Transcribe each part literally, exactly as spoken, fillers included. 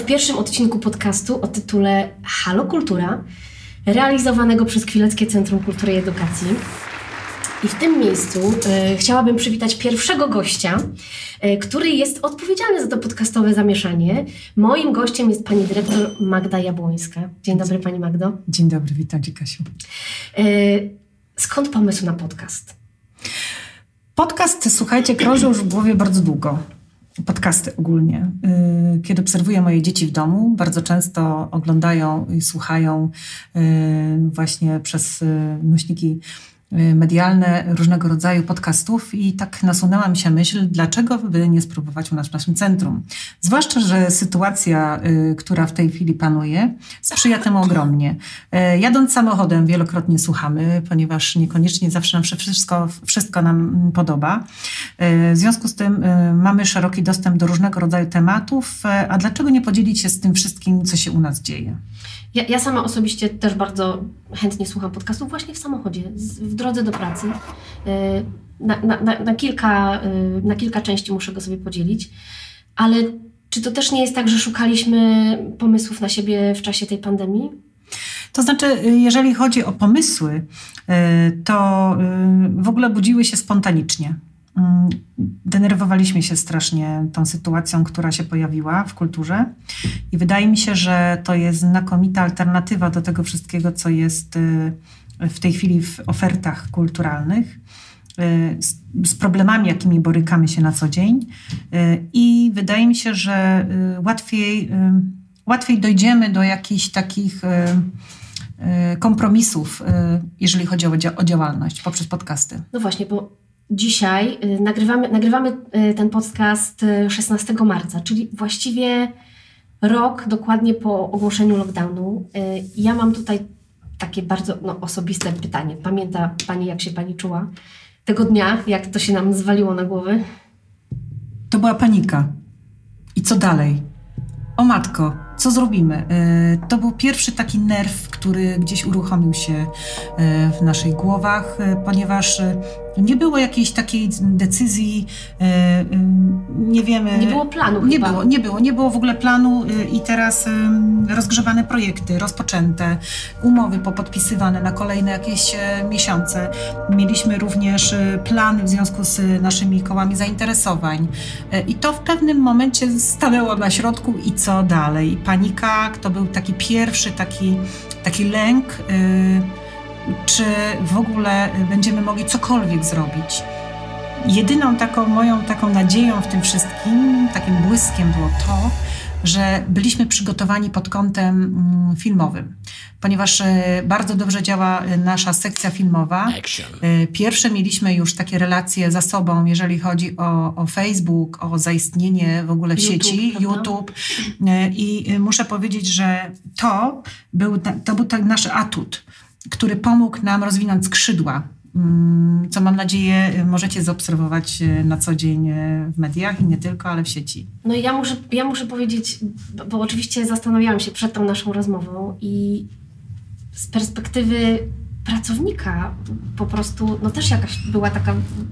pierwszym odcinku podcastu o tytule Halo Kultura, realizowanego przez Kwileckie Centrum Kultury i Edukacji. I w tym miejscu y, chciałabym przywitać pierwszego gościa, y, który jest odpowiedzialny za to podcastowe zamieszanie. Moim gościem jest pani dyrektor Magda Jabłońska. Dzień dobry, pani Magdo. Dzień dobry, witam cię, Kasiu. Y, skąd pomysł na podcast? Podcast, słuchajcie, krążył już w głowie bardzo długo. Podcasty ogólnie. Kiedy obserwuję moje dzieci w domu, bardzo często oglądają i słuchają właśnie przez nośniki medialne różnego rodzaju podcastów i tak nasunęła mi się myśl, dlaczego by nie spróbować u nas w naszym centrum. Zwłaszcza, że sytuacja, y, która w tej chwili panuje, sprzyja temu ogromnie. Y, jadąc samochodem wielokrotnie słuchamy, ponieważ niekoniecznie zawsze nam się wszystko, wszystko nam podoba. Y, w związku z tym y, mamy szeroki dostęp do różnego rodzaju tematów, y, a dlaczego nie podzielić się z tym wszystkim, co się u nas dzieje? Ja, ja sama osobiście też bardzo chętnie słucham podcastów właśnie w samochodzie, w drodze do pracy. Na, na, na, na, kilka, na kilka części muszę go sobie podzielić. Ale czy to też nie jest tak, że szukaliśmy pomysłów na siebie w czasie tej pandemii? To znaczy, jeżeli chodzi o pomysły, to w ogóle budziły się spontanicznie. Denerwowaliśmy się strasznie tą sytuacją, która się pojawiła w kulturze i wydaje mi się, że to jest znakomita alternatywa do tego wszystkiego, co jest w tej chwili w ofertach kulturalnych, z, z problemami, jakimi borykamy się na co dzień i wydaje mi się, że łatwiej, łatwiej dojdziemy do jakichś takich kompromisów, jeżeli chodzi o, o działalność poprzez podcasty. No właśnie, bo dzisiaj y, nagrywamy, nagrywamy y, ten podcast y, szesnastego marca, czyli właściwie rok dokładnie po ogłoszeniu lockdownu. Y, ja mam tutaj takie bardzo no, osobiste pytanie. Pamięta pani, jak się pani czuła tego dnia, jak to się nam zwaliło na głowy? To była panika. I co dalej? O matko, co zrobimy? Y, to był pierwszy taki nerw, który gdzieś uruchomił się y, w naszych głowach, y, ponieważ y, nie było jakiejś takiej decyzji, y, y, nie wiemy... Nie było planu nie chyba. Było, nie było, nie było w ogóle planu y, i teraz y, rozgrzewane projekty, rozpoczęte, umowy popodpisywane na kolejne jakieś y, miesiące. Mieliśmy również y, plany w związku z naszymi kołami zainteresowań y, i to w pewnym momencie stanęło na środku i co dalej? Panika, to był taki pierwszy taki, taki lęk, yy, czy w ogóle będziemy mogli cokolwiek zrobić. Jedyną taką moją taką nadzieją w tym wszystkim, takim błyskiem było to, że byliśmy przygotowani pod kątem mm, filmowym, ponieważ y, bardzo dobrze działa y, nasza sekcja filmowa. Y, pierwsze mieliśmy już takie relacje za sobą, jeżeli chodzi o, o Facebook, o zaistnienie w ogóle w YouTube, sieci, prawda? YouTube. Y, I y, muszę powiedzieć, że to był, to był ten nasz atut, który pomógł nam rozwinąć skrzydła, co mam nadzieję możecie zaobserwować na co dzień w mediach i nie tylko, ale w sieci. No i ja muszę, ja muszę powiedzieć, bo, bo oczywiście zastanawiałam się przed tą naszą rozmową i z perspektywy pracownika po prostu, no też jakaś była taka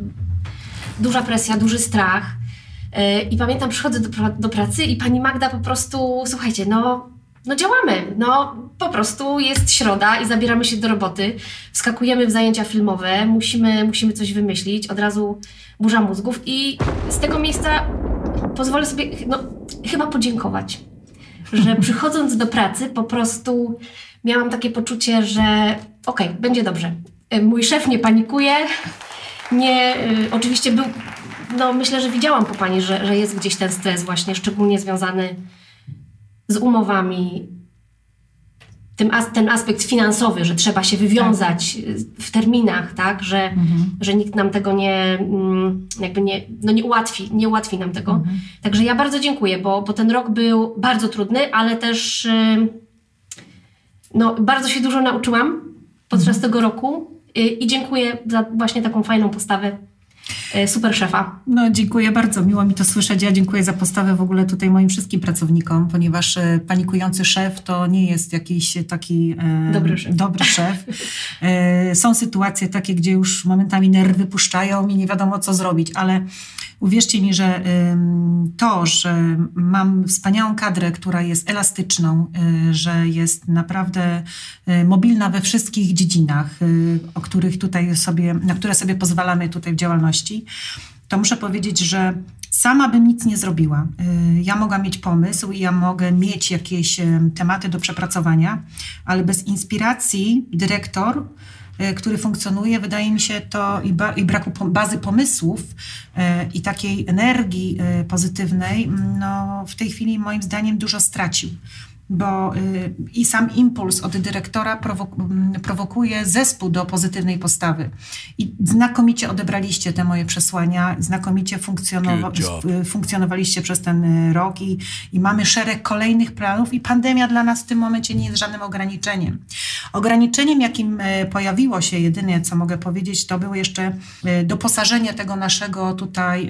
duża presja, duży strach. Yy, I pamiętam, przychodzę do, do pracy i pani Magda po prostu, słuchajcie, no No działamy, no po prostu jest środa i zabieramy się do roboty, wskakujemy w zajęcia filmowe, musimy, musimy coś wymyślić, od razu burza mózgów i z tego miejsca pozwolę sobie no, chyba podziękować, że przychodząc do pracy po prostu miałam takie poczucie, że okej, okay, będzie dobrze. Mój szef nie panikuje, nie, y, oczywiście był, no myślę, że widziałam po pani, że, że jest gdzieś ten stres właśnie, szczególnie związany z umowami, tym as, ten aspekt finansowy, że trzeba się wywiązać w terminach, tak, że, mhm. że nikt nam tego nie, jakby nie, no nie ułatwi, nie ułatwi nam tego. Mhm. Także ja bardzo dziękuję, bo, bo ten rok był bardzo trudny, ale też no, bardzo się dużo nauczyłam podczas mhm. tego roku i dziękuję za właśnie taką fajną postawę super szefa. No dziękuję bardzo, miło mi to słyszeć. Ja dziękuję za postawę w ogóle tutaj moim wszystkim pracownikom, ponieważ e, panikujący szef to nie jest jakiś taki e, dobry szef. Dobry szef. E, są sytuacje takie, gdzie już momentami nerwy puszczają i nie wiadomo co zrobić, ale Uwierzcie mi, że to, że mam wspaniałą kadrę, która jest elastyczną, że jest naprawdę mobilna we wszystkich dziedzinach, o których tutaj sobie, na które sobie pozwalamy tutaj w działalności, to muszę powiedzieć, że sama bym nic nie zrobiła. Ja mogę mieć pomysł i ja mogę mieć jakieś tematy do przepracowania, ale bez inspiracji dyrektor, który funkcjonuje, wydaje mi się to i, ba, i braku bazy pomysłów e, i takiej energii e, pozytywnej, no w tej chwili moim zdaniem dużo stracił. Bo y, i sam impuls od dyrektora prowok- prowokuje zespół do pozytywnej postawy. I znakomicie odebraliście te moje przesłania, znakomicie funkcjonowa- funkcjonowaliście przez ten rok i, i mamy szereg kolejnych planów i pandemia dla nas w tym momencie nie jest żadnym ograniczeniem. Ograniczeniem, jakim pojawiło się, jedyne co mogę powiedzieć, to było jeszcze doposażenie tego naszego tutaj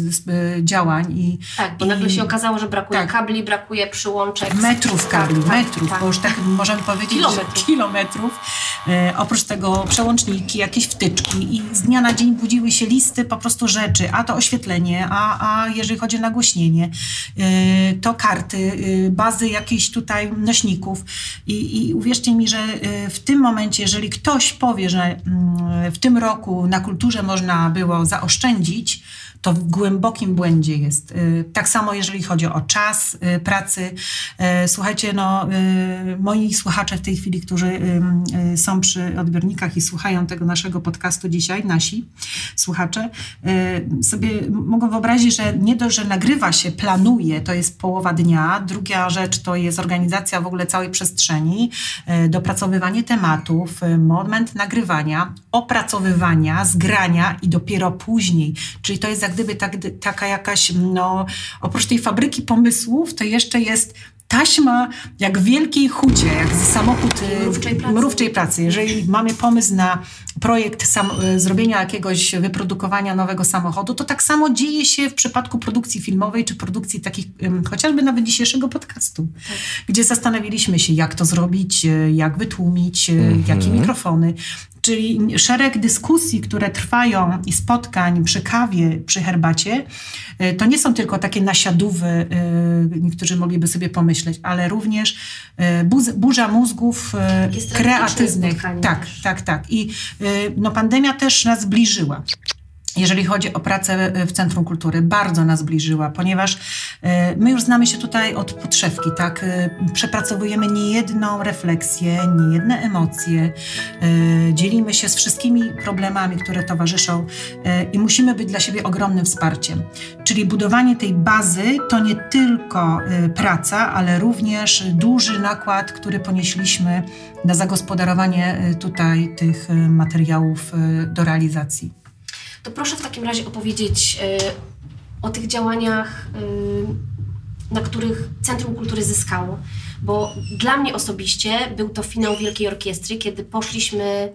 y, działań. I, tak, bo i, nagle się okazało, że brakuje tak. kabli, brakuje przyłączek. Metrów kabli, tak, metrów, tak, bo już tak możemy powiedzieć, kilometrów. że kilometrów. E, oprócz tego przełączniki, jakieś wtyczki i z dnia na dzień budziły się listy po prostu rzeczy, a to oświetlenie, a, a jeżeli chodzi o nagłośnienie, e, to karty, e, bazy jakichś tutaj nośników i, i uwierzcie mi, że e, w tym momencie, jeżeli ktoś powie, że mm, w tym roku na kulturze można było zaoszczędzić, to w głębokim błędzie jest. Tak samo jeżeli chodzi o czas pracy. Słuchajcie, no moi słuchacze w tej chwili, którzy są przy odbiornikach i słuchają tego naszego podcastu dzisiaj, nasi słuchacze, sobie mogą wyobrazić, że nie dość, że nagrywa się, planuje, to jest połowa dnia. Druga rzecz to jest organizacja w ogóle całej przestrzeni, dopracowywanie tematów, moment nagrywania, opracowywania, zgrania i dopiero później. Czyli to jest jak gdyby tak, taka jakaś, no oprócz tej fabryki pomysłów, to jeszcze jest taśma jak w wielkiej hucie, jak samochód mrówczej pracy. mrówczej pracy. Jeżeli mamy pomysł na projekt sam, zrobienia jakiegoś wyprodukowania nowego samochodu, to tak samo dzieje się w przypadku produkcji filmowej, czy produkcji takich, chociażby nawet dzisiejszego podcastu, tak. Gdzie zastanowiliśmy się, jak to zrobić, jak wytłumić, mm-hmm. jakie mikrofony. Czyli szereg dyskusji, które trwają i spotkań przy kawie, przy herbacie, to nie są tylko takie nasiadówy, niektórzy mogliby sobie pomyśleć, ale również burza mózgów jest kreatywnych. Tak, też. tak, tak. I no, pandemia też nas zbliżyła. Jeżeli chodzi o pracę w Centrum Kultury, bardzo nas zbliżyła, ponieważ my już znamy się tutaj od podszewki, tak? Przepracowujemy niejedną refleksję, niejedne emocje, dzielimy się z wszystkimi problemami, które towarzyszą i musimy być dla siebie ogromnym wsparciem. Czyli budowanie tej bazy to nie tylko praca, ale również duży nakład, który ponieśliśmy na zagospodarowanie tutaj tych materiałów do realizacji. To proszę w takim razie opowiedzieć y, o tych działaniach, y, na których Centrum Kultury zyskało, bo dla mnie osobiście był to finał Wielkiej Orkiestry, kiedy poszliśmy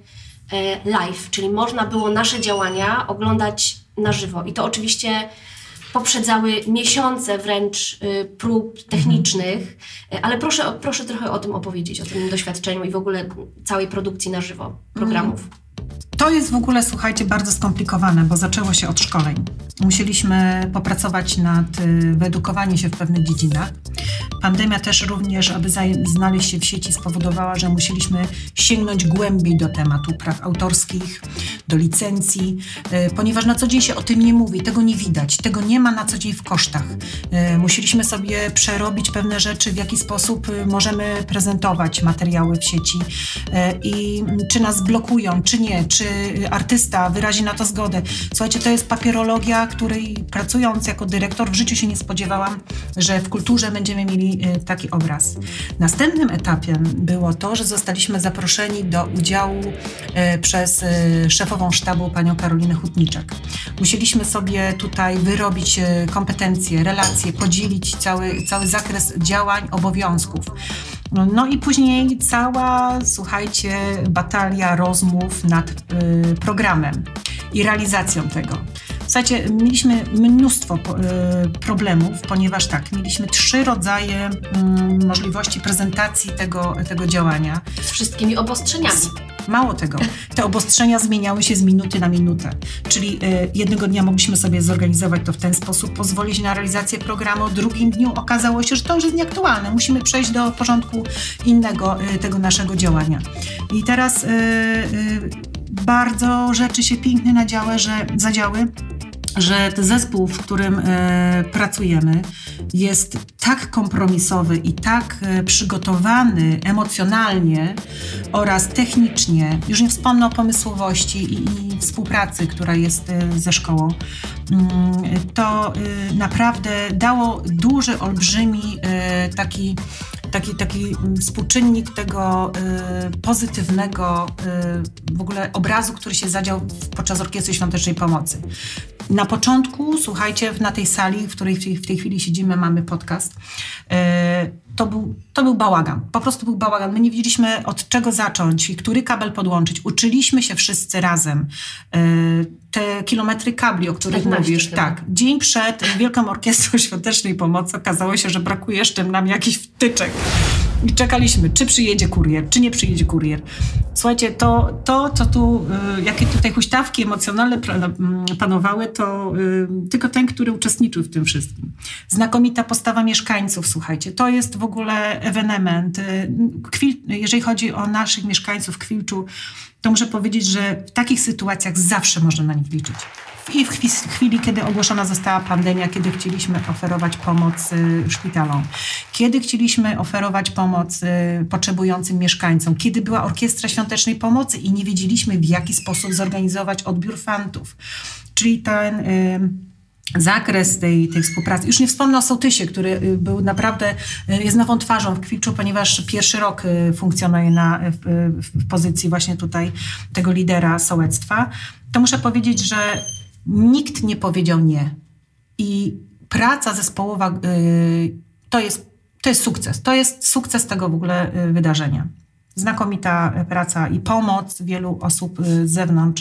y, live, czyli można było nasze działania oglądać na żywo i to oczywiście poprzedzały miesiące wręcz y, prób technicznych, y, ale proszę, proszę trochę o tym opowiedzieć, o tym doświadczeniu i w ogóle całej produkcji na żywo programów. Mm. To jest w ogóle, słuchajcie, bardzo skomplikowane, bo zaczęło się od szkoleń. Musieliśmy popracować nad y, wyedukowaniem się w pewnych dziedzinach. Pandemia też również, aby znaleźć się w sieci, spowodowała, że musieliśmy sięgnąć głębiej do tematu praw autorskich, do licencji, y, ponieważ na co dzień się o tym nie mówi, tego nie widać, tego nie ma na co dzień w kosztach. Y, musieliśmy sobie przerobić pewne rzeczy, w jaki sposób y, możemy prezentować materiały w sieci y, i czy nas blokują, czy nie, czy artysta wyrazi na to zgodę. Słuchajcie, to jest papierologia, której pracując jako dyrektor w życiu się nie spodziewałam, że w kulturze będziemy mieli taki obraz. Następnym etapem było to, że zostaliśmy zaproszeni do udziału przez szefową sztabu panią Karolinę Hutniczak. Musieliśmy sobie tutaj wyrobić kompetencje, relacje, podzielić cały, cały zakres działań, obowiązków. No i później cała, słuchajcie, batalia rozmów nad y, programem i realizacją tego. Słuchajcie, mieliśmy mnóstwo y, problemów, ponieważ tak, mieliśmy trzy rodzaje y, możliwości prezentacji tego, tego działania. Z wszystkimi obostrzeniami. Mało tego, te obostrzenia zmieniały się z minuty na minutę. Czyli y, jednego dnia mogliśmy sobie zorganizować to w ten sposób, pozwolić na realizację programu, drugim dniu okazało się, że to już jest nieaktualne. Musimy przejść do porządku innego y, tego naszego działania. I teraz y, y, bardzo rzeczy się pięknie nadziały, że zadziały, że ten zespół, w którym e, pracujemy, jest tak kompromisowy i tak e, przygotowany emocjonalnie oraz technicznie, już nie wspomnę o pomysłowości i, i współpracy, która jest e, ze szkołą, mm, to e, naprawdę dało duży, olbrzymi e, taki Taki, taki współczynnik tego y, pozytywnego y, w ogóle obrazu, który się zadział podczas Orkiestry Świątecznej Pomocy. Na początku, słuchajcie, na tej sali, w której w tej, w tej chwili siedzimy, mamy podcast, y, to, był, to był bałagan. Po prostu był bałagan. My nie wiedzieliśmy, od czego zacząć i który kabel podłączyć. Uczyliśmy się wszyscy razem. Y, te kilometry kabli, o których mówisz, chyba. Tak. Dzień przed Wielką Orkiestrą Świątecznej Pomocy okazało się, że brakuje jeszcze nam jakichś wtyczek. I czekaliśmy, czy przyjedzie kurier, czy nie przyjedzie kurier. Słuchajcie, to, to co tu, y, jakie tutaj huśtawki emocjonalne panowały, to y, tylko ten, który uczestniczył w tym wszystkim. Znakomita postawa mieszkańców, słuchajcie, to jest w ogóle ewenement. Y, Kwil, jeżeli chodzi o naszych mieszkańców w Kwilczu, to muszę powiedzieć, że w takich sytuacjach zawsze można na nich liczyć. I w chwili, kiedy ogłoszona została pandemia, kiedy chcieliśmy oferować pomoc y, szpitalom, kiedy chcieliśmy oferować pomoc y, potrzebującym mieszkańcom, kiedy była Orkiestra Świątecznej Pomocy i nie wiedzieliśmy, w jaki sposób zorganizować odbiór fantów. Czyli ten y, zakres tej, tej współpracy. Już nie wspomnę o sołtysie, który y, był naprawdę, y, jest nową twarzą w Kwilczu, ponieważ pierwszy rok y, funkcjonuje na, w, w, w pozycji właśnie tutaj tego lidera sołectwa. To muszę powiedzieć, że nikt nie powiedział nie. I praca zespołowa y, to, jest, to jest sukces. To jest sukces tego w ogóle y, wydarzenia. Znakomita praca i pomoc wielu osób y, z zewnątrz.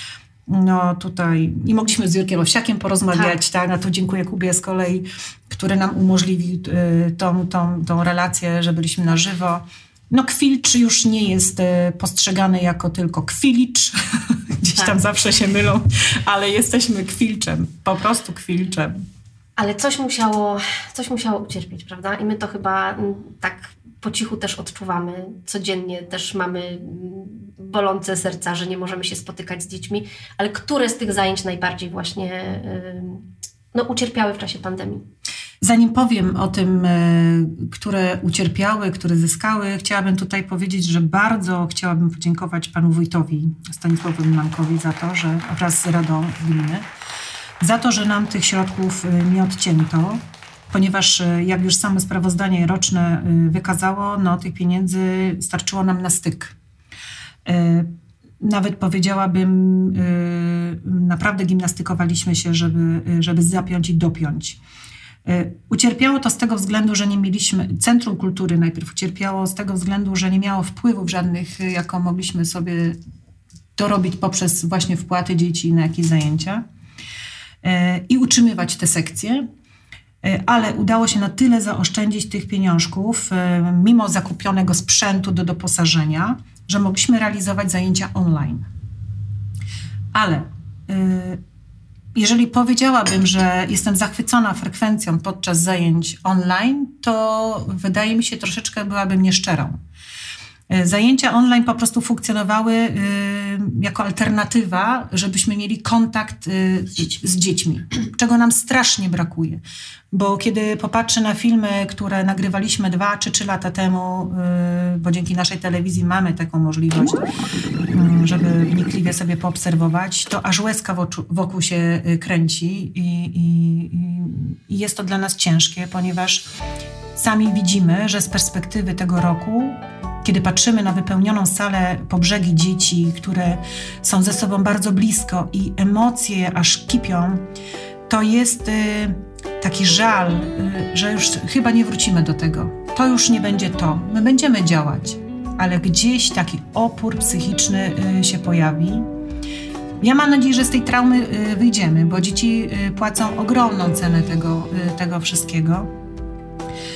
No tutaj i mogliśmy z Jurkiem Owsiakiem porozmawiać, tak. tak? No to dziękuję Kubie z kolei, który nam umożliwił y, tą, tą, tą relację, że byliśmy na żywo. No Kwilcz już nie jest y, postrzegany jako tylko Kwilicz. Gdzieś tam tak. Zawsze się mylą, ale jesteśmy Kwilczem, po prostu Kwilczem. Ale coś musiało, coś musiało ucierpieć, prawda? I my to chyba m, tak po cichu też odczuwamy. Codziennie też mamy m, bolące serca, że nie możemy się spotykać z dziećmi. Ale które z tych zajęć najbardziej właśnie y, no, ucierpiały w czasie pandemii? Zanim powiem o tym, które ucierpiały, które zyskały, chciałabym tutaj powiedzieć, że bardzo chciałabym podziękować panu wójtowi Stanisławowi Mankowi za to, że wraz z Radą Gminy, za to, że nam tych środków nie odcięto, ponieważ jak już samo sprawozdanie roczne wykazało, no tych pieniędzy starczyło nam na styk. Nawet powiedziałabym, naprawdę gimnastykowaliśmy się, żeby, żeby zapiąć i dopiąć. Ucierpiało to z tego względu, że nie mieliśmy, Centrum Kultury najpierw ucierpiało z tego względu, że nie miało wpływów żadnych, jaką mogliśmy sobie dorobić poprzez właśnie wpłaty dzieci na jakieś zajęcia i utrzymywać te sekcje, ale udało się na tyle zaoszczędzić tych pieniążków, mimo zakupionego sprzętu do doposażenia, że mogliśmy realizować zajęcia online. Ale jeżeli powiedziałabym, że jestem zachwycona frekwencją podczas zajęć online, to wydaje mi się troszeczkę byłabym nieszczerą. Zajęcia online po prostu funkcjonowały y, jako alternatywa, żebyśmy mieli kontakt y, z dziećmi, czego nam strasznie brakuje. Bo kiedy popatrzę na filmy, które nagrywaliśmy dwa czy trzy lata temu, y, bo dzięki naszej telewizji mamy taką możliwość, y, żeby wnikliwie sobie poobserwować, to aż łezka wokół, wokół się kręci i, i, i jest to dla nas ciężkie, ponieważ sami widzimy, że z perspektywy tego roku, kiedy patrzymy na wypełnioną salę po brzegi dzieci, które są ze sobą bardzo blisko i emocje aż kipią, to jest y, taki żal, y, że już chyba nie wrócimy do tego. To już nie będzie to. My będziemy działać, ale gdzieś taki opór psychiczny y, się pojawi. Ja mam nadzieję, że z tej traumy y, wyjdziemy, bo dzieci y, płacą ogromną cenę tego, y, tego wszystkiego.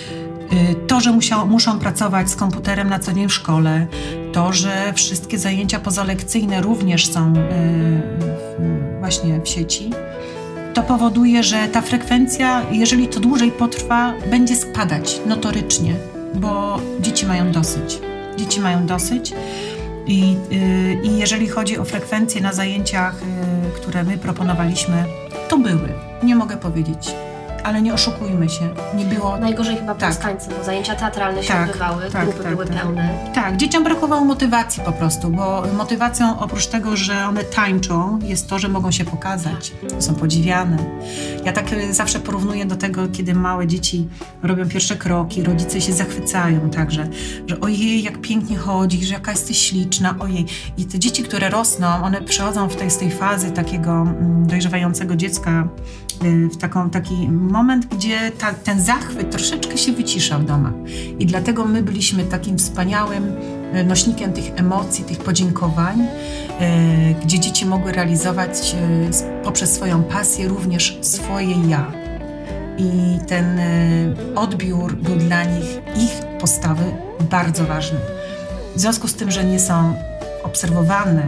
To, że musiał, muszą pracować z komputerem na co dzień w szkole, to, że wszystkie zajęcia pozalekcyjne również są właśnie w sieci, to powoduje, że ta frekwencja, jeżeli to dłużej potrwa, będzie spadać notorycznie, bo dzieci mają dosyć. Dzieci mają dosyć i, i jeżeli chodzi o frekwencje na zajęciach, które my proponowaliśmy, to były, nie mogę powiedzieć. Ale nie oszukujmy się, nie było... Najgorzej chyba tak. powstańców, bo zajęcia teatralne się tak, odbywały, tak, grupy tak, były tak. pełne. Tak, dzieciom brakowało motywacji po prostu, bo motywacją oprócz tego, że one tańczą, jest to, że mogą się pokazać, są podziwiane. Ja tak zawsze porównuję do tego, kiedy małe dzieci robią pierwsze kroki, rodzice się zachwycają także, że ojej, jak pięknie chodzi, że jaka jesteś śliczna, ojej. I te dzieci, które rosną, one przechodzą w tej, z tej fazy takiego dojrzewającego dziecka w taką, taki moment, gdzie ta, ten zachwyt troszeczkę się wycisza w domach. I dlatego my byliśmy takim wspaniałym nośnikiem tych emocji, tych podziękowań, e, gdzie dzieci mogły realizować e, poprzez swoją pasję również swoje ja. I ten e, odbiór był dla nich, ich postawy bardzo ważny. W związku z tym, że nie są obserwowane,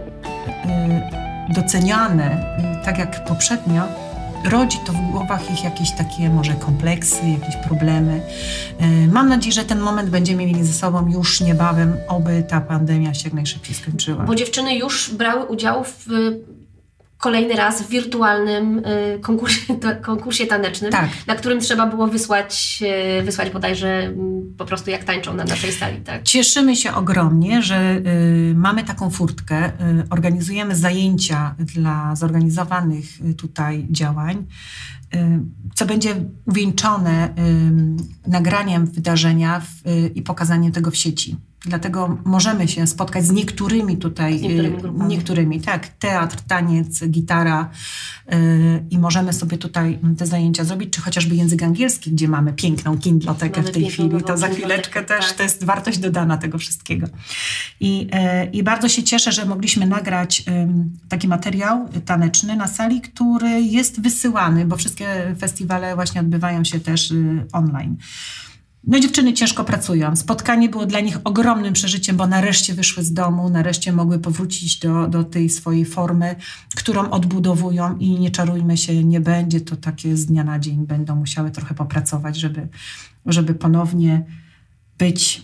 e, doceniane, e, tak jak poprzednio, rodzi to w głowach ich jakieś takie może kompleksy, jakieś problemy. Mam nadzieję, że ten moment będziemy mieli ze sobą już niebawem, oby ta pandemia się jak najszybciej skończyła. Bo dziewczyny już brały udział w kolejny raz w wirtualnym konkursie, konkursie tanecznym, tak. na którym trzeba było wysłać, wysłać bodajże po prostu jak tańczą na naszej sali. Tak? Cieszymy się ogromnie, że y, mamy taką furtkę, y, organizujemy zajęcia dla zorganizowanych y, tutaj działań, y, co będzie uwieńczone y, nagraniem wydarzenia w, y, i pokazaniem tego w sieci. Dlatego możemy się spotkać z niektórymi tutaj, z niektórymi, grupami. niektórymi tak, teatr, taniec, gitara yy, i możemy sobie tutaj te zajęcia zrobić, czy chociażby język angielski, gdzie mamy piękną kindlotekę mamy w tej chwili, to za chwileczkę też tak. To jest wartość dodana tego wszystkiego. I, yy, i bardzo się cieszę, że mogliśmy nagrać yy, taki materiał taneczny na sali, który jest wysyłany, bo wszystkie festiwale właśnie odbywają się też yy, online. No dziewczyny ciężko pracują. Spotkanie było dla nich ogromnym przeżyciem, bo nareszcie wyszły z domu, nareszcie mogły powrócić do, do tej swojej formy, którą odbudowują i nie czarujmy się, nie będzie to takie z dnia na dzień. Będą musiały trochę popracować, żeby, żeby ponownie być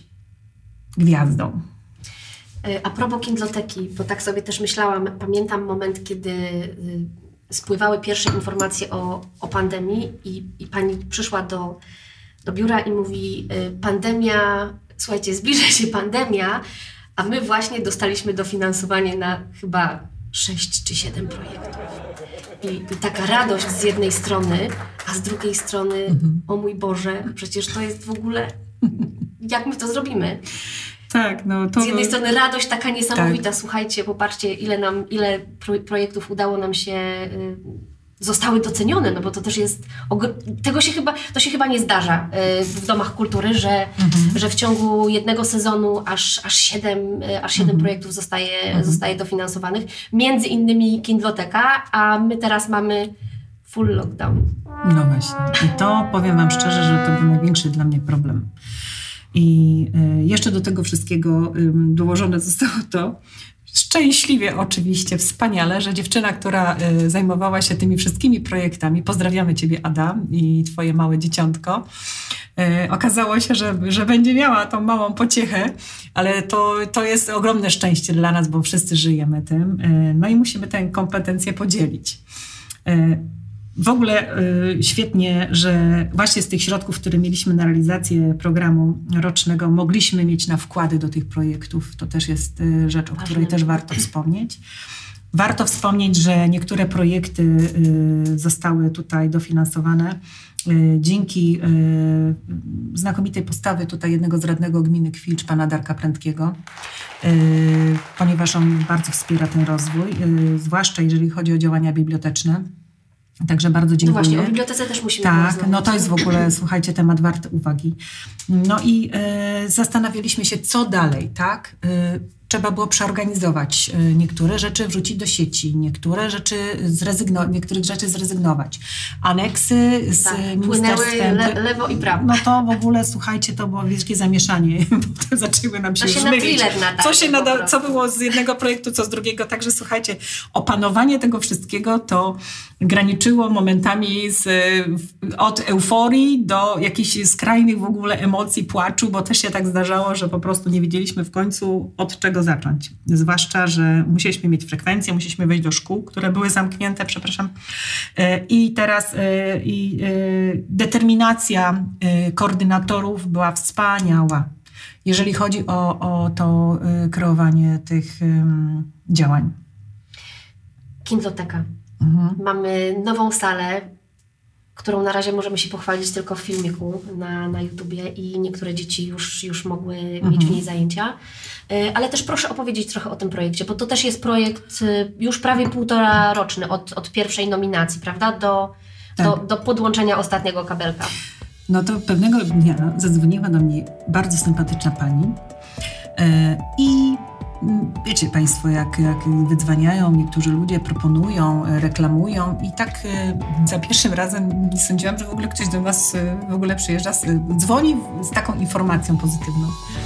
gwiazdą. A propos kindloteki, bo tak sobie też myślałam, pamiętam moment, kiedy spływały pierwsze informacje o, o pandemii i, i pani przyszła do do biura i mówi, pandemia, słuchajcie, zbliża się pandemia, a my właśnie dostaliśmy dofinansowanie na chyba sześć czy siedem projektów. I, i taka radość z jednej strony, a z drugiej strony, mhm. o mój Boże, przecież to jest w ogóle, jak my to zrobimy? Tak, no to... Z jednej strony radość taka niesamowita, tak. Słuchajcie, popatrzcie, ile nam, ile pro, projektów udało nam się... Y, zostały docenione, no bo to też jest, tego się chyba, to się chyba nie zdarza w domach kultury, że, mhm. że w ciągu jednego sezonu aż, aż siedem, aż siedem mhm. projektów zostaje, mhm. zostaje dofinansowanych, między innymi Kindloteka, a my teraz mamy full lockdown. No właśnie. I to powiem wam szczerze, że to był największy dla mnie problem. I y, jeszcze do tego wszystkiego y, dołożone zostało to, szczęśliwie oczywiście, wspaniale, że dziewczyna, która y, zajmowała się tymi wszystkimi projektami, pozdrawiamy ciebie Adam i twoje małe dzieciątko, y, okazało się, że, że będzie miała tą małą pociechę, ale to, to jest ogromne szczęście dla nas, bo wszyscy żyjemy tym, y, no i musimy tę kompetencję podzielić. Y, W ogóle y, świetnie, że właśnie z tych środków, które mieliśmy na realizację programu rocznego, mogliśmy mieć na wkłady do tych projektów. To też jest y, rzecz, o której też warto wspomnieć. Warto wspomnieć, że niektóre projekty y, zostały tutaj dofinansowane y, dzięki y, znakomitej postawy tutaj jednego z radnego gminy Kwilcz, pana Darka Prędkiego, y, ponieważ on bardzo wspiera ten rozwój, y, zwłaszcza jeżeli chodzi o działania biblioteczne. Także bardzo dziękuję. No właśnie, o bibliotece też musimy Tak, rozmawiać. no to jest w ogóle, słuchajcie, temat warty uwagi. No i y, zastanawialiśmy się, co dalej, tak? Y, trzeba było przeorganizować niektóre rzeczy, wrzucić do sieci, niektóre rzeczy zrezygnować, niektórych rzeczy zrezygnować. Aneksy z tak, ministerstwem. Le, lewo i prawo. No to w ogóle, słuchajcie, to było wielkie zamieszanie. Potem zaczęły nam się, to się mylić. Na co, się nada, co było z jednego projektu, co z drugiego. Także słuchajcie, opanowanie tego wszystkiego to graniczyło momentami z, od euforii do jakichś skrajnych w ogóle emocji, płaczu, bo też się tak zdarzało, że po prostu nie wiedzieliśmy w końcu od czego zacząć. Zwłaszcza, że musieliśmy mieć frekwencję, musieliśmy wejść do szkół, które były zamknięte, przepraszam. I teraz i determinacja koordynatorów była wspaniała, jeżeli chodzi o, o to kreowanie tych działań. Kindloteka. Mhm. Mamy nową salę, którą na razie możemy się pochwalić tylko w filmiku na, na YouTubie i niektóre dzieci już, już mogły mhm. mieć w niej zajęcia. Ale też proszę opowiedzieć trochę o tym projekcie, bo to też jest projekt już prawie półtora roczny od, od pierwszej nominacji, prawda? Do, tak. do, do podłączenia ostatniego kabelka. No to pewnego dnia zadzwoniła do mnie bardzo sympatyczna pani yy, i wiecie Państwo, jak, jak wydzwaniają, niektórzy ludzie proponują, reklamują i tak y, za pierwszym razem nie sądziłam, że w ogóle ktoś do nas y, w ogóle przyjeżdża, y, dzwoni z taką informacją pozytywną.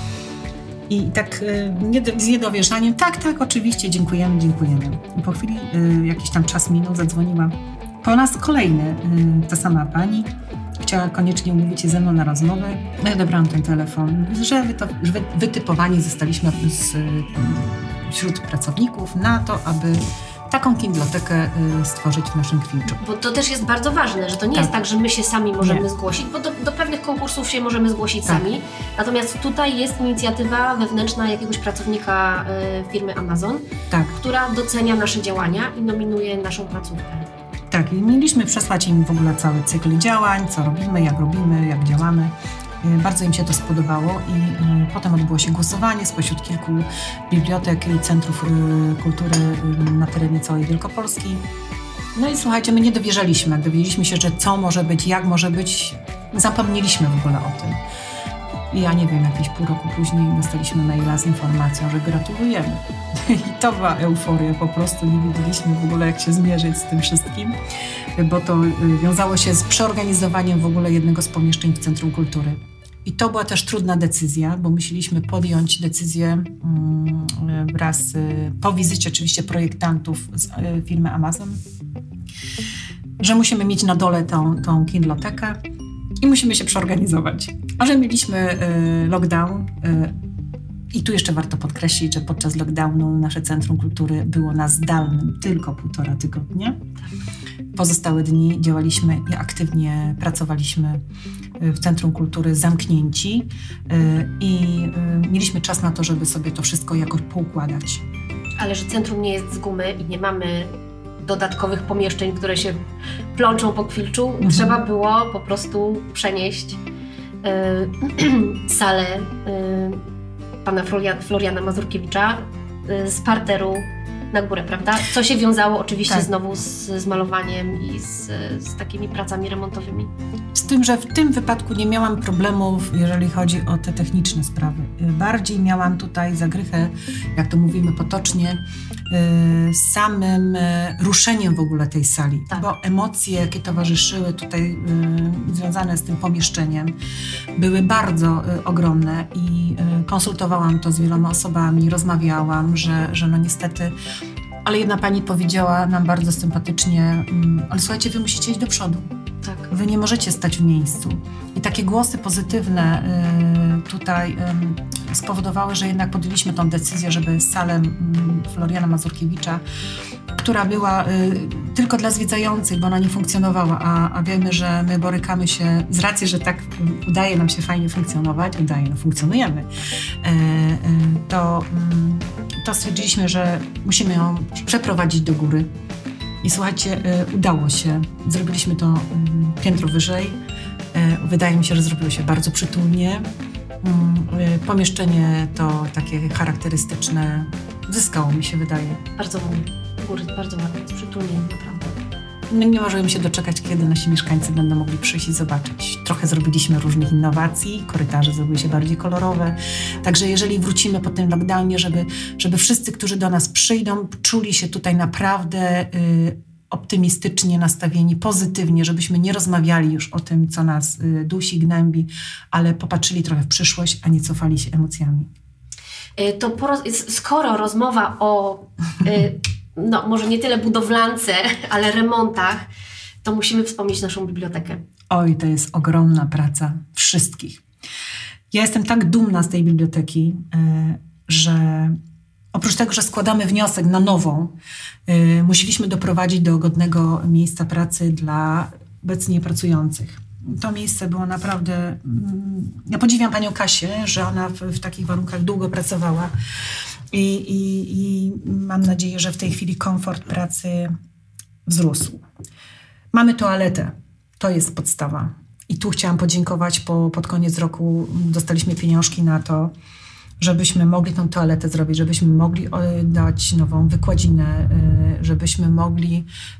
I tak y, nie, z niedowierzaniem, tak, tak, oczywiście, dziękujemy, dziękujemy. I po chwili, y, jakiś tam czas minął, zadzwoniła po raz kolejny y, ta sama pani. Chciała koniecznie umówić się ze mną na rozmowę. No i odebrałam ten telefon, że, wyto, że wytypowani zostaliśmy z, wśród pracowników na to, aby taką kindlotekę stworzyć w naszym Kwilczu. Bo to też jest bardzo ważne, że to nie tak. jest tak, że my się sami możemy nie. zgłosić, bo do, do pewnych konkursów się możemy zgłosić tak. sami. Natomiast tutaj jest inicjatywa wewnętrzna jakiegoś pracownika y, firmy Amazon, tak. która docenia nasze działania i nominuje naszą placówkę. Tak, i mieliśmy przesłać im w ogóle cały cykl działań, co robimy, jak robimy, jak działamy. Bardzo im się to spodobało i potem odbyło się głosowanie spośród kilku bibliotek i centrów kultury na terenie całej Wielkopolski. No i słuchajcie, my nie dowierzaliśmy. Jak dowiedzieliśmy się, że co może być, jak może być, zapomnieliśmy w ogóle o tym. I ja nie wiem, jakieś pół roku później dostaliśmy maila z informacją, że gratulujemy. I to była euforia, po prostu nie wiedzieliśmy w ogóle, jak się zmierzyć z tym wszystkim, bo to wiązało się z przeorganizowaniem w ogóle jednego z pomieszczeń w Centrum Kultury. I to była też trudna decyzja, bo musieliśmy podjąć decyzję wraz po wizycie oczywiście projektantów z firmy Amazon, że musimy mieć na dole tą, tą kindlotekę i musimy się przeorganizować. A że mieliśmy y, lockdown y, i tu jeszcze warto podkreślić, że podczas lockdownu nasze Centrum Kultury było na zdalnym tylko półtora tygodnia. Pozostałe dni działaliśmy i aktywnie pracowaliśmy w Centrum Kultury zamknięci y, i y, mieliśmy czas na to, żeby sobie to wszystko jakoś poukładać. Ale że centrum nie jest z gumy i nie mamy dodatkowych pomieszczeń, które się plączą po Kwilczu, mhm. trzeba było po prostu przenieść y, salę y, pana Floria, Floriana Mazurkiewicza y, z parteru na górę, prawda? Co się wiązało oczywiście tak. znowu z, z malowaniem i z, z takimi pracami remontowymi. Z tym, że w tym wypadku nie miałam problemów, jeżeli chodzi o te techniczne sprawy. Bardziej miałam tutaj zagrychę, jak to mówimy potocznie, z samym ruszeniem w ogóle tej sali. Tak. Bo emocje, jakie towarzyszyły tutaj związane z tym pomieszczeniem, były bardzo ogromne i konsultowałam to z wieloma osobami, rozmawiałam, że, że no niestety. Ale jedna pani powiedziała nam bardzo sympatycznie, ale słuchajcie, wy musicie iść do przodu. Tak. Wy nie możecie stać w miejscu. I takie głosy pozytywne y, tutaj y, spowodowały, że jednak podjęliśmy tą decyzję, żeby salę y, Floriana Mazurkiewicza, która była y, tylko dla zwiedzających, bo ona nie funkcjonowała, a, a wiemy, że my borykamy się z racji, że tak y, udaje nam się fajnie funkcjonować, udaje, no funkcjonujemy, y, y, to, y, to stwierdziliśmy, że musimy ją przeprowadzić do góry. I słuchajcie, y, udało się. Zrobiliśmy to y, piętro wyżej. Y, wydaje mi się, że zrobiło się bardzo przytulnie. Y, pomieszczenie to takie charakterystyczne. Zyskało mi się, wydaje. Bardzo ładnie. Góry bardzo ładnie, przytulnie, naprawdę. No nie możemy się doczekać, kiedy nasi mieszkańcy będą mogli przyjść i zobaczyć. Trochę zrobiliśmy różnych innowacji, korytarze zrobiły się bardziej kolorowe. Także jeżeli wrócimy po tym lockdownie, żeby, żeby wszyscy, którzy do nas przyjdą, czuli się tutaj naprawdę y, optymistycznie nastawieni, pozytywnie, żebyśmy nie rozmawiali już o tym, co nas y, dusi, gnębi, ale popatrzyli trochę w przyszłość, a nie cofali się emocjami. To poroz- skoro rozmowa o, y, no może nie tyle budowlance, ale remontach, to musimy wspomnieć naszą bibliotekę. Oj, to jest ogromna praca wszystkich. Ja jestem tak dumna z tej biblioteki, y, że oprócz tego, że składamy wniosek na nową, y, musieliśmy doprowadzić do godnego miejsca pracy dla obecnie pracujących. To miejsce było naprawdę... Ja podziwiam panią Kasię, że ona w, w takich warunkach długo pracowała i, i, i mam nadzieję, że w tej chwili komfort pracy wzrósł. Mamy toaletę. To jest podstawa. I tu chciałam podziękować, bo pod koniec roku dostaliśmy pieniążki na to, żebyśmy mogli tą toaletę zrobić, żebyśmy mogli dać nową wykładzinę, żebyśmy mogli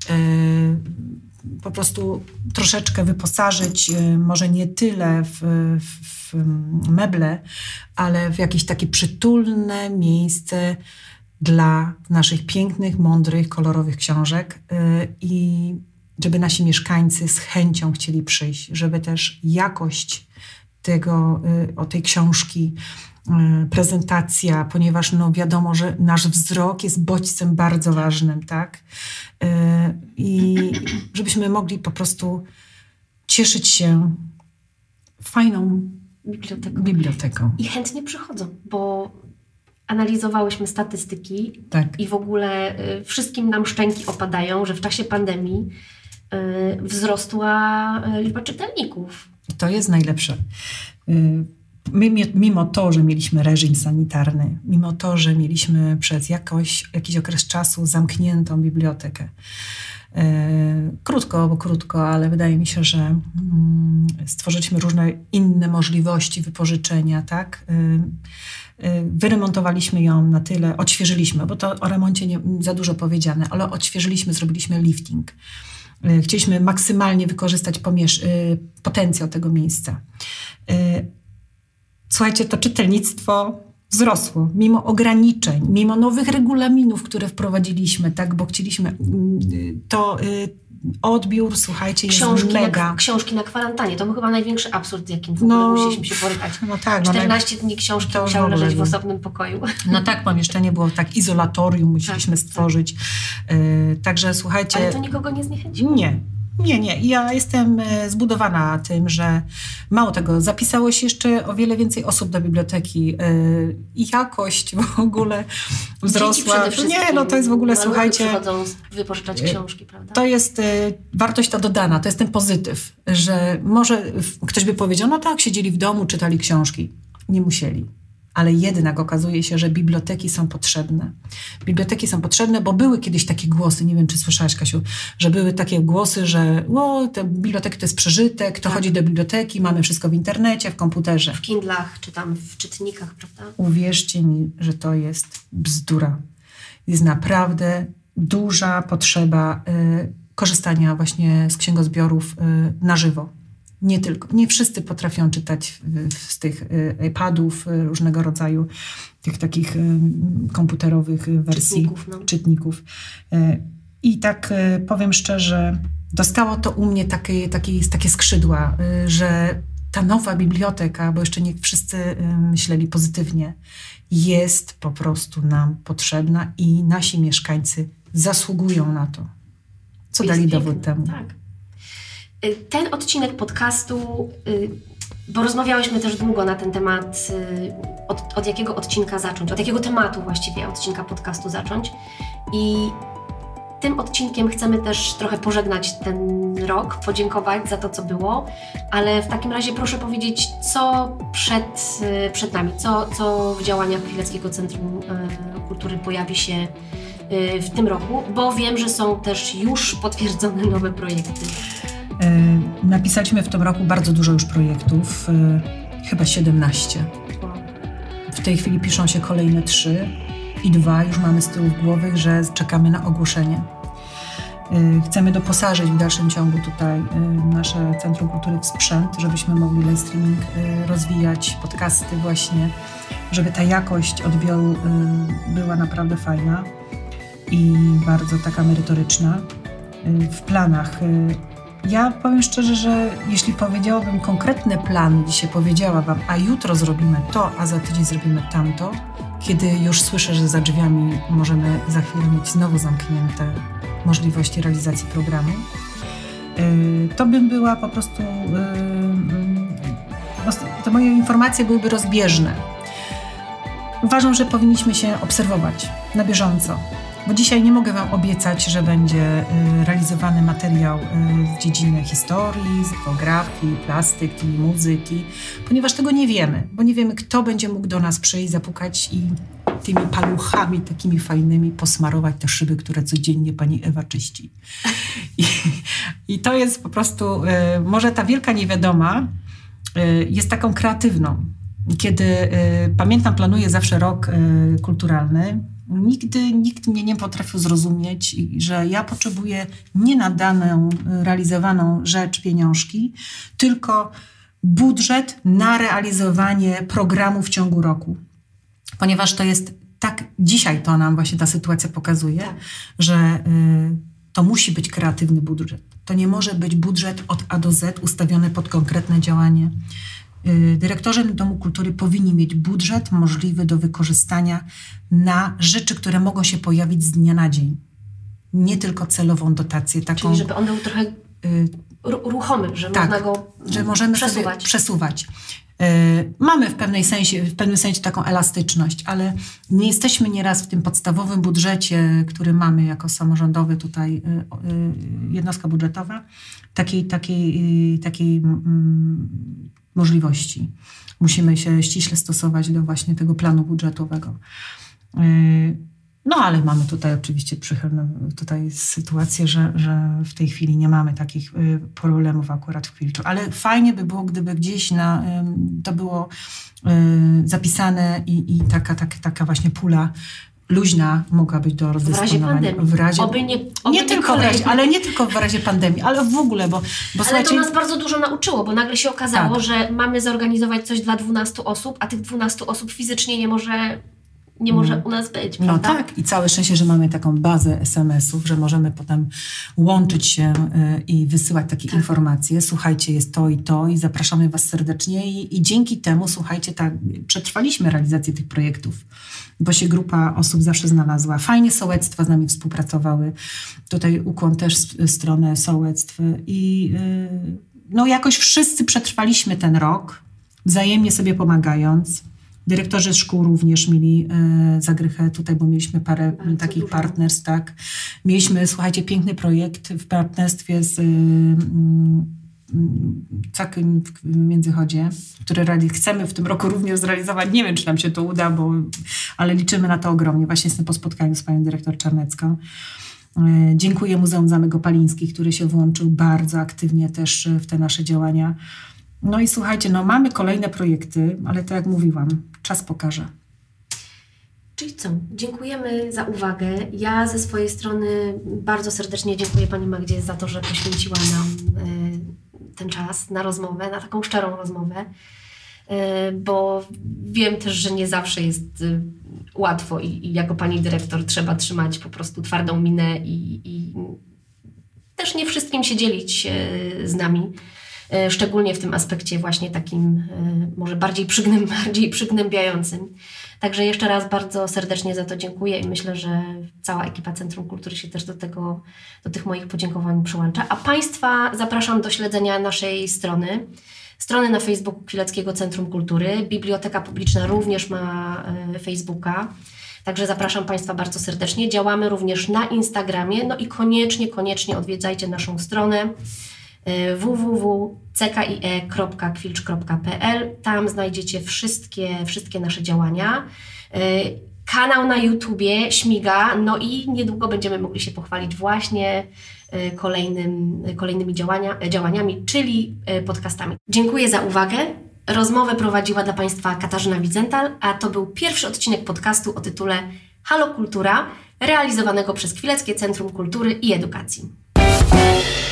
po prostu troszeczkę wyposażyć, może nie tyle w, w, w meble, ale w jakieś takie przytulne miejsce dla naszych pięknych, mądrych, kolorowych książek i żeby nasi mieszkańcy z chęcią chcieli przyjść, żeby też jakość tego, o tej książki, prezentacja, ponieważ no wiadomo, że nasz wzrok jest bodźcem bardzo ważnym, tak? I żebyśmy mogli po prostu cieszyć się fajną biblioteką. biblioteką. I chętnie przychodzą, bo analizowałyśmy statystyki tak. i w ogóle y, wszystkim nam szczęki opadają, że w czasie pandemii y, wzrosła liczba czytelników. To jest najlepsze. Y- My, mimo to, że mieliśmy reżim sanitarny, mimo to, że mieliśmy przez jakoś, jakiś okres czasu zamkniętą bibliotekę, e, krótko, bo krótko, ale wydaje mi się, że mm, stworzyliśmy różne inne możliwości wypożyczenia, tak? E, e, wyremontowaliśmy ją na tyle, odświeżyliśmy, bo to o remoncie nie za dużo powiedziane, ale odświeżyliśmy, zrobiliśmy lifting. E, chcieliśmy maksymalnie wykorzystać pomiesz- e, potencjał tego miejsca. E, Słuchajcie, to czytelnictwo wzrosło, mimo ograniczeń, mimo nowych regulaminów, które wprowadziliśmy, tak, bo chcieliśmy, to y, odbiór, słuchajcie, jest książki mega. Na, książki na kwarantannie, to był chyba największy absurd, z jakim w ogóle no, musieliśmy się borykać. No tak, czternaście dni książki musiały leżeć w osobnym pokoju. No tak, pomieszczenie było tak, izolatorium musieliśmy tak, stworzyć. Tak. Y, także słuchajcie... Ale to nikogo nie zniechęciło? Nie. Nie, nie. Ja jestem zbudowana tym, że mało tego, zapisało się jeszcze o wiele więcej osób do biblioteki i jakość w ogóle wzrosła. Nie, no to jest w ogóle, słuchajcie... przychodzą wypożyczać książki, prawda? To jest wartość ta dodana, to jest ten pozytyw, że może ktoś by powiedział, no tak, siedzieli w domu, czytali książki. Nie musieli. Ale jednak okazuje się, że biblioteki są potrzebne. Biblioteki są potrzebne, bo były kiedyś takie głosy, nie wiem, czy słyszałaś, Kasiu, że były takie głosy, że o, te biblioteki to jest przeżytek, kto tak. chodzi do biblioteki, mamy wszystko w internecie, w komputerze. W Kindlach, czy tam w czytnikach, prawda? Uwierzcie mi, że to jest bzdura. Jest naprawdę duża potrzeba y, korzystania właśnie z księgozbiorów y, na żywo. Nie tylko. Nie wszyscy potrafią czytać z tych iPadów różnego rodzaju, tych takich komputerowych wersji. Czytników. No. czytników. I tak powiem szczerze, dostało to u mnie takie, takie, takie skrzydła, że ta nowa biblioteka, bo jeszcze nie wszyscy myśleli pozytywnie, jest po prostu nam potrzebna i nasi mieszkańcy zasługują na to. Co jest dali piękne. dowód temu? Tak. Ten odcinek podcastu, bo rozmawiałyśmy też długo na ten temat, od, od jakiego odcinka zacząć, od jakiego tematu właściwie odcinka podcastu zacząć. I tym odcinkiem chcemy też trochę pożegnać ten rok, podziękować za to, co było, ale w takim razie proszę powiedzieć, co przed, przed nami, co, co w działaniach Pileckiego Centrum Kultury pojawi się w tym roku, bo wiem, że są też już potwierdzone nowe projekty. Napisaliśmy w tym roku bardzo dużo już projektów, chyba siedemnaście. W tej chwili piszą się kolejne trzy i dwa już mamy z tyłu głowy, że czekamy na ogłoszenie. Chcemy doposażyć w dalszym ciągu tutaj nasze Centrum Kultury w sprzęt, żebyśmy mogli live streaming rozwijać, podcasty właśnie, żeby ta jakość odbioru była naprawdę fajna i bardzo taka merytoryczna. W planach ja powiem szczerze, że jeśli powiedziałabym konkretny plan, dzisiaj powiedziała Wam, a jutro zrobimy to, a za tydzień zrobimy tamto, kiedy już słyszę, że za drzwiami możemy za chwilę mieć znowu zamknięte możliwości realizacji programu, to bym była po prostu, te moje informacje byłyby rozbieżne. Uważam, że powinniśmy się obserwować na bieżąco, bo dzisiaj nie mogę Wam obiecać, że będzie realizowany materiał z dziedziny historii, z geografii, plastyki, muzyki, ponieważ tego nie wiemy, bo nie wiemy, kto będzie mógł do nas przyjść, zapukać i tymi paluchami takimi fajnymi posmarować te szyby, które codziennie pani Ewa czyści. I, i to jest po prostu, może ta wielka niewiadoma jest taką kreatywną. Kiedy, pamiętam, planuję zawsze rok kulturalny, Nigdy nikt mnie nie potrafił zrozumieć, że ja potrzebuję nie na daną, realizowaną rzecz pieniążki, tylko budżet na realizowanie programu w ciągu roku. Ponieważ to jest tak, dzisiaj to nam właśnie ta sytuacja pokazuje, tak. że y, to musi być kreatywny budżet. To nie może być budżet od A do Z ustawiony pod konkretne działanie. Dyrektorzy Domu Kultury powinni mieć budżet możliwy do wykorzystania na rzeczy, które mogą się pojawić z dnia na dzień. Nie tylko celową dotację. Taką, czyli żeby on był trochę y, ruchomy, że tak, można go że możemy przesuwać. Sobie przesuwać. Y, mamy w, pewnej sensie, w pewnym sensie taką elastyczność, ale nie jesteśmy nieraz w tym podstawowym budżecie, który mamy jako samorządowy tutaj, y, y, jednostka budżetowa, takiej, takiej, y, takiej mm, możliwości. Musimy się ściśle stosować do właśnie tego planu budżetowego. No ale mamy tutaj oczywiście przychylną tutaj sytuację, że, że w tej chwili nie mamy takich problemów akurat w Kwilczu. Ale fajnie by było, gdyby gdzieś na, to było zapisane i, i taka, taka, taka właśnie pula luźna mogła być do rozdysponowania. W razie pandemii. W razie, oby nie, oby nie tylko w razie, ale nie tylko w razie pandemii, ale w ogóle, bo, bo ale słuchajcie, to nas bardzo dużo nauczyło, bo nagle się okazało, tak. że mamy zorganizować coś dla dwunastu osób, a tych dwunastu osób fizycznie nie może, nie może u nas być. No prawda? tak, i całe szczęście, że mamy taką bazę es em esów, że możemy potem łączyć się y, i wysyłać takie tak. informacje. Słuchajcie, jest to i to i zapraszamy Was serdecznie i, i dzięki temu, słuchajcie, tak, przetrwaliśmy realizację tych projektów, bo się grupa osób zawsze znalazła. Fajnie sołectwa z nami współpracowały. Tutaj ukłon też w stronę sołectw i y, no jakoś wszyscy przetrwaliśmy ten rok, wzajemnie sobie pomagając. Dyrektorzy szkół również mieli e, zagrychę tutaj, bo mieliśmy parę bardzo takich dużo. partnerstw, tak. Mieliśmy, słuchajcie, piękny projekt w partnerstwie z y, y, Cakiem w Międzychodzie, który chcemy w tym roku również zrealizować. Nie wiem, czy nam się to uda, bo, ale liczymy na to ogromnie. Właśnie jestem po spotkaniu z panią dyrektor Czarnecką. E, dziękuję Muzeum Zamek Opaliński, który się włączył bardzo aktywnie też w te nasze działania. No i słuchajcie, no mamy kolejne projekty, ale tak jak mówiłam, czas pokaże. Czyli co? Dziękujemy za uwagę. Ja ze swojej strony bardzo serdecznie dziękuję pani Magdzie za to, że poświęciła nam y, ten czas na rozmowę, na taką szczerą rozmowę, y, bo wiem też, że nie zawsze jest y, łatwo i, i jako pani dyrektor trzeba trzymać po prostu twardą minę i, i też nie wszystkim się dzielić y, z nami. Szczególnie w tym aspekcie właśnie takim może bardziej, przygnęb, bardziej przygnębiającym. Także jeszcze raz bardzo serdecznie za to dziękuję i myślę, że cała ekipa Centrum Kultury się też do tego, do tych moich podziękowań przyłącza. A Państwa zapraszam do śledzenia naszej strony. Strony na Facebooku Kwileckiego Centrum Kultury. Biblioteka Publiczna również ma Facebooka. Także zapraszam Państwa bardzo serdecznie. Działamy również na Instagramie. No i koniecznie, koniecznie odwiedzajcie naszą stronę w w w kropka c k i e kropka kwilcz kropka p l. Tam znajdziecie wszystkie, wszystkie nasze działania. Kanał na YouTubie śmiga, no i niedługo będziemy mogli się pochwalić właśnie kolejnym, kolejnymi działania, działaniami, czyli podcastami. Dziękuję za uwagę. Rozmowę prowadziła dla Państwa Katarzyna Widzental, a to był pierwszy odcinek podcastu o tytule Halo Kultura, realizowanego przez Kwileckie Centrum Kultury i Edukacji.